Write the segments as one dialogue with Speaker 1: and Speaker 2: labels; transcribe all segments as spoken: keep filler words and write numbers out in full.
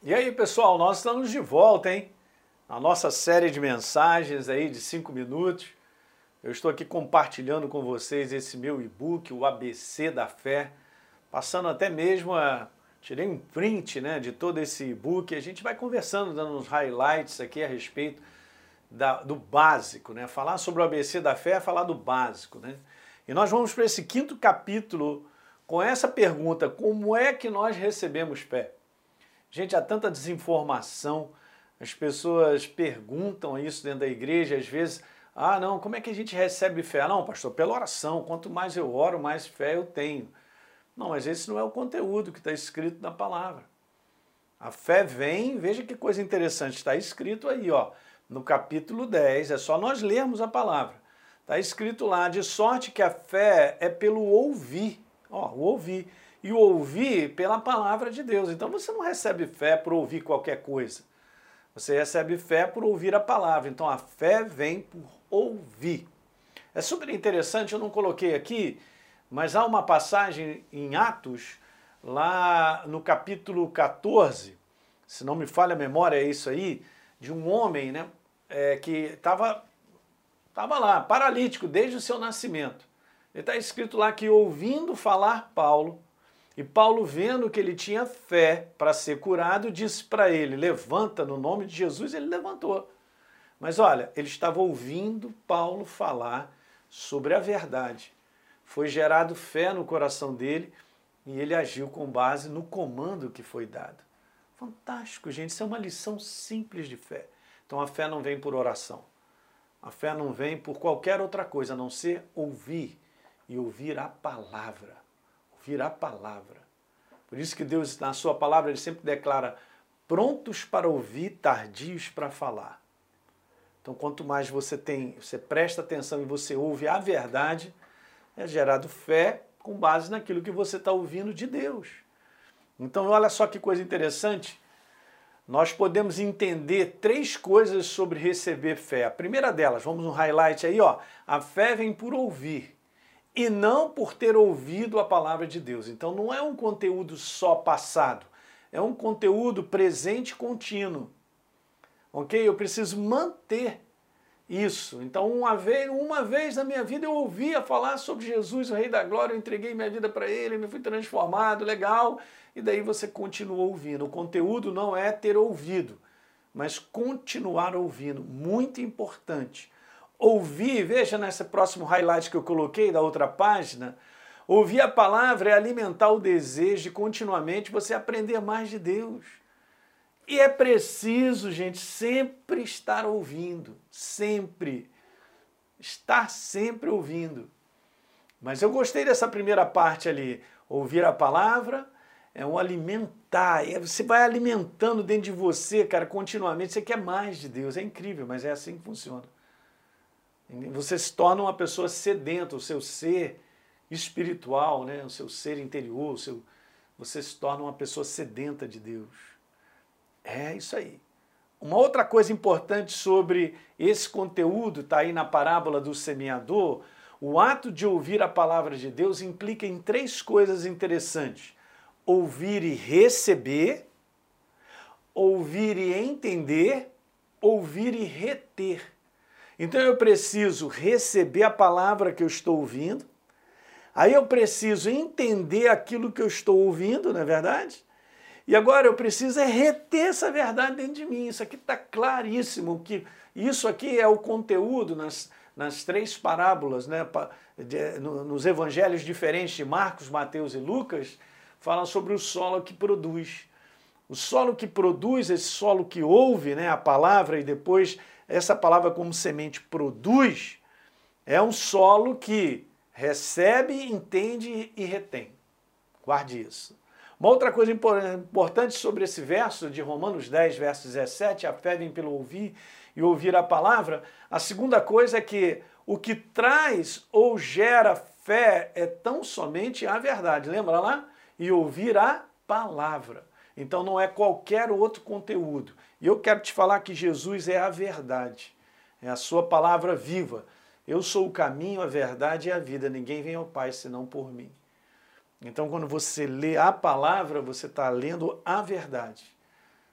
Speaker 1: E aí, pessoal, nós estamos de volta, hein? A nossa série de mensagens aí de cinco minutos. Eu estou aqui compartilhando com vocês esse meu e-book, o A B C da Fé, passando até mesmo a... Tirei um print, né, de todo esse e-book. A gente vai conversando, dando uns highlights aqui a respeito da, do básico, né? Falar sobre o A B C da Fé é falar do básico, né? E nós vamos para esse quinto capítulo com essa pergunta: como é que nós recebemos fé? Gente, há tanta desinformação, as pessoas perguntam isso dentro da igreja, às vezes, ah não, como é que a gente recebe fé? Ah, não, pastor, pela oração, quanto mais eu oro, mais fé eu tenho. Não, mas esse não é o conteúdo que está escrito na palavra. A fé vem, veja que coisa interessante, está escrito aí, ó, no capítulo dez, é só nós lermos a palavra. Está escrito lá, de sorte que a fé é pelo ouvir, ó, o ouvir. E o ouvir pela palavra de Deus. Então você não recebe fé por ouvir qualquer coisa. Você recebe fé por ouvir a palavra. Então a fé vem por ouvir. É super interessante, eu não coloquei aqui, mas há uma passagem em Atos, lá no capítulo quatorze, se não me falha a memória, é isso aí, de um homem, né, é, que estava tava lá, paralítico, desde o seu nascimento. Ele está escrito lá que, ouvindo falar Paulo, e Paulo, vendo que ele tinha fé para ser curado, disse para ele: levanta no nome de Jesus. Ele levantou. Mas olha, ele estava ouvindo Paulo falar sobre a verdade. Foi gerado fé no coração dele e ele agiu com base no comando que foi dado. Fantástico, gente. Isso é uma lição simples de fé. Então a fé não vem por oração. A fé não vem por qualquer outra coisa, a não ser ouvir e ouvir a palavra. Ouvir a palavra. Por isso que Deus, na sua palavra, ele sempre declara: prontos para ouvir, tardios para falar. Então, quanto mais você tem, você presta atenção e você ouve a verdade, é gerado fé com base naquilo que você está ouvindo de Deus. Então, olha só que coisa interessante. Nós podemos entender três coisas sobre receber fé. A primeira delas, vamos no highlight aí, ó. A fé vem por ouvir e não por ter ouvido a palavra de Deus. Então não é um conteúdo só passado, é um conteúdo presente e contínuo. Ok? Eu preciso manter isso. Então uma vez, uma vez na minha vida eu ouvia falar sobre Jesus, o Rei da Glória, eu entreguei minha vida para Ele, me fui transformado, legal, e daí você continua ouvindo. O conteúdo não é ter ouvido, mas continuar ouvindo, muito importante. Ouvir, veja nesse próximo highlight que eu coloquei da outra página, ouvir a palavra é alimentar o desejo de continuamente você aprender mais de Deus. E é preciso, gente, sempre estar ouvindo, sempre, estar sempre ouvindo. Mas eu gostei dessa primeira parte ali, ouvir a palavra é um alimentar, você vai alimentando dentro de você, cara, continuamente, você quer mais de Deus, é incrível, mas é assim que funciona. Você se torna uma pessoa sedenta, o seu ser espiritual, né? O seu ser interior, o seu... você se torna uma pessoa sedenta de Deus. É isso aí. Uma outra coisa importante sobre esse conteúdo, está aí na parábola do semeador, o ato de ouvir a palavra de Deus implica em três coisas interessantes: ouvir e receber, ouvir e entender, ouvir e reter. Então eu preciso receber a palavra que eu estou ouvindo, aí eu preciso entender aquilo que eu estou ouvindo, não é verdade? E agora eu preciso é reter essa verdade dentro de mim. Isso aqui está claríssimo, que isso aqui é o conteúdo nas, nas três parábolas, né? Nos evangelhos diferentes de Marcos, Mateus e Lucas, falam sobre o solo que produz. O solo que produz, esse solo que ouve, né, a palavra e depois essa palavra como semente produz, é um solo que recebe, entende e retém. Guarde isso. Uma outra coisa importante sobre esse verso de Romanos dez, verso dezessete, a fé vem pelo ouvir e ouvir a palavra. A segunda coisa é que o que traz ou gera fé é tão somente a verdade. Lembra lá? E ouvir a palavra. Então não é qualquer outro conteúdo. E eu quero te falar que Jesus é a verdade, é a sua palavra viva. Eu sou o caminho, a verdade e a vida. Ninguém vem ao Pai senão por mim. Então quando você lê a palavra, você está lendo a verdade.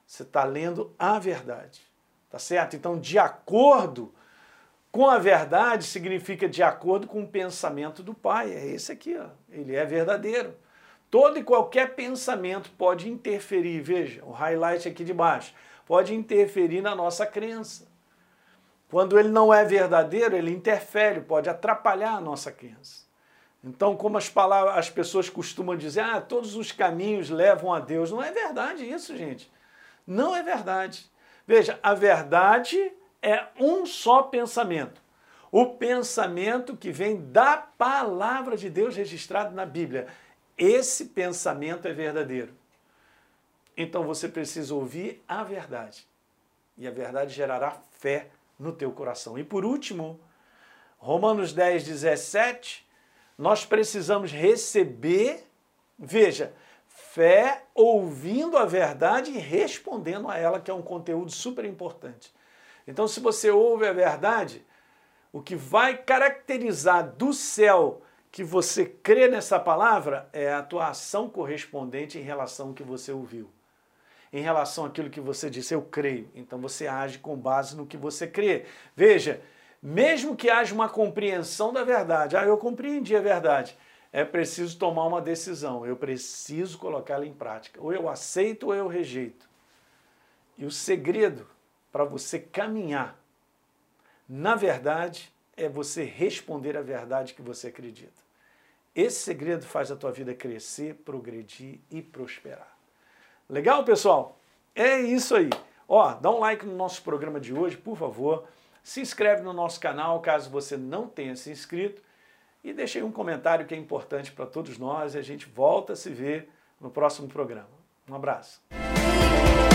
Speaker 1: Você está lendo a verdade, tá certo? Então, de acordo com a verdade significa de acordo com o pensamento do Pai. É esse aqui, ó. Ele é verdadeiro. Todo e qualquer pensamento pode interferir, veja, o highlight aqui de baixo, pode interferir na nossa crença. Quando ele não é verdadeiro, ele interfere, pode atrapalhar a nossa crença. Então, como as, palavras, as pessoas costumam dizer, ah, todos os caminhos levam a Deus. Não é verdade isso, gente. Não é verdade. Veja, a verdade é um só pensamento. O pensamento que vem da palavra de Deus registrado na Bíblia. Esse pensamento é verdadeiro. Então você precisa ouvir a verdade. E a verdade gerará fé no teu coração. E por último, Romanos dez, dezessete, nós precisamos receber, veja, fé ouvindo a verdade e respondendo a ela, que é um conteúdo super importante. Então, se você ouve a verdade, o que vai caracterizar do céu que você crê nessa palavra é a tua ação correspondente em relação ao que você ouviu. Em relação àquilo que você disse, eu creio. Então você age com base no que você crê. Veja, mesmo que haja uma compreensão da verdade, ah, eu compreendi a verdade, é preciso tomar uma decisão, eu preciso colocá-la em prática. Ou eu aceito ou eu rejeito. E o segredo para você caminhar na verdade é você responder a verdade que você acredita. Esse segredo faz a tua vida crescer, progredir e prosperar. Legal, pessoal? É isso aí. Ó, dá um like no nosso programa de hoje, por favor. Se inscreve no nosso canal, caso você não tenha se inscrito. E deixa aí um comentário que é importante para todos nós. E a gente volta a se ver no próximo programa. Um abraço.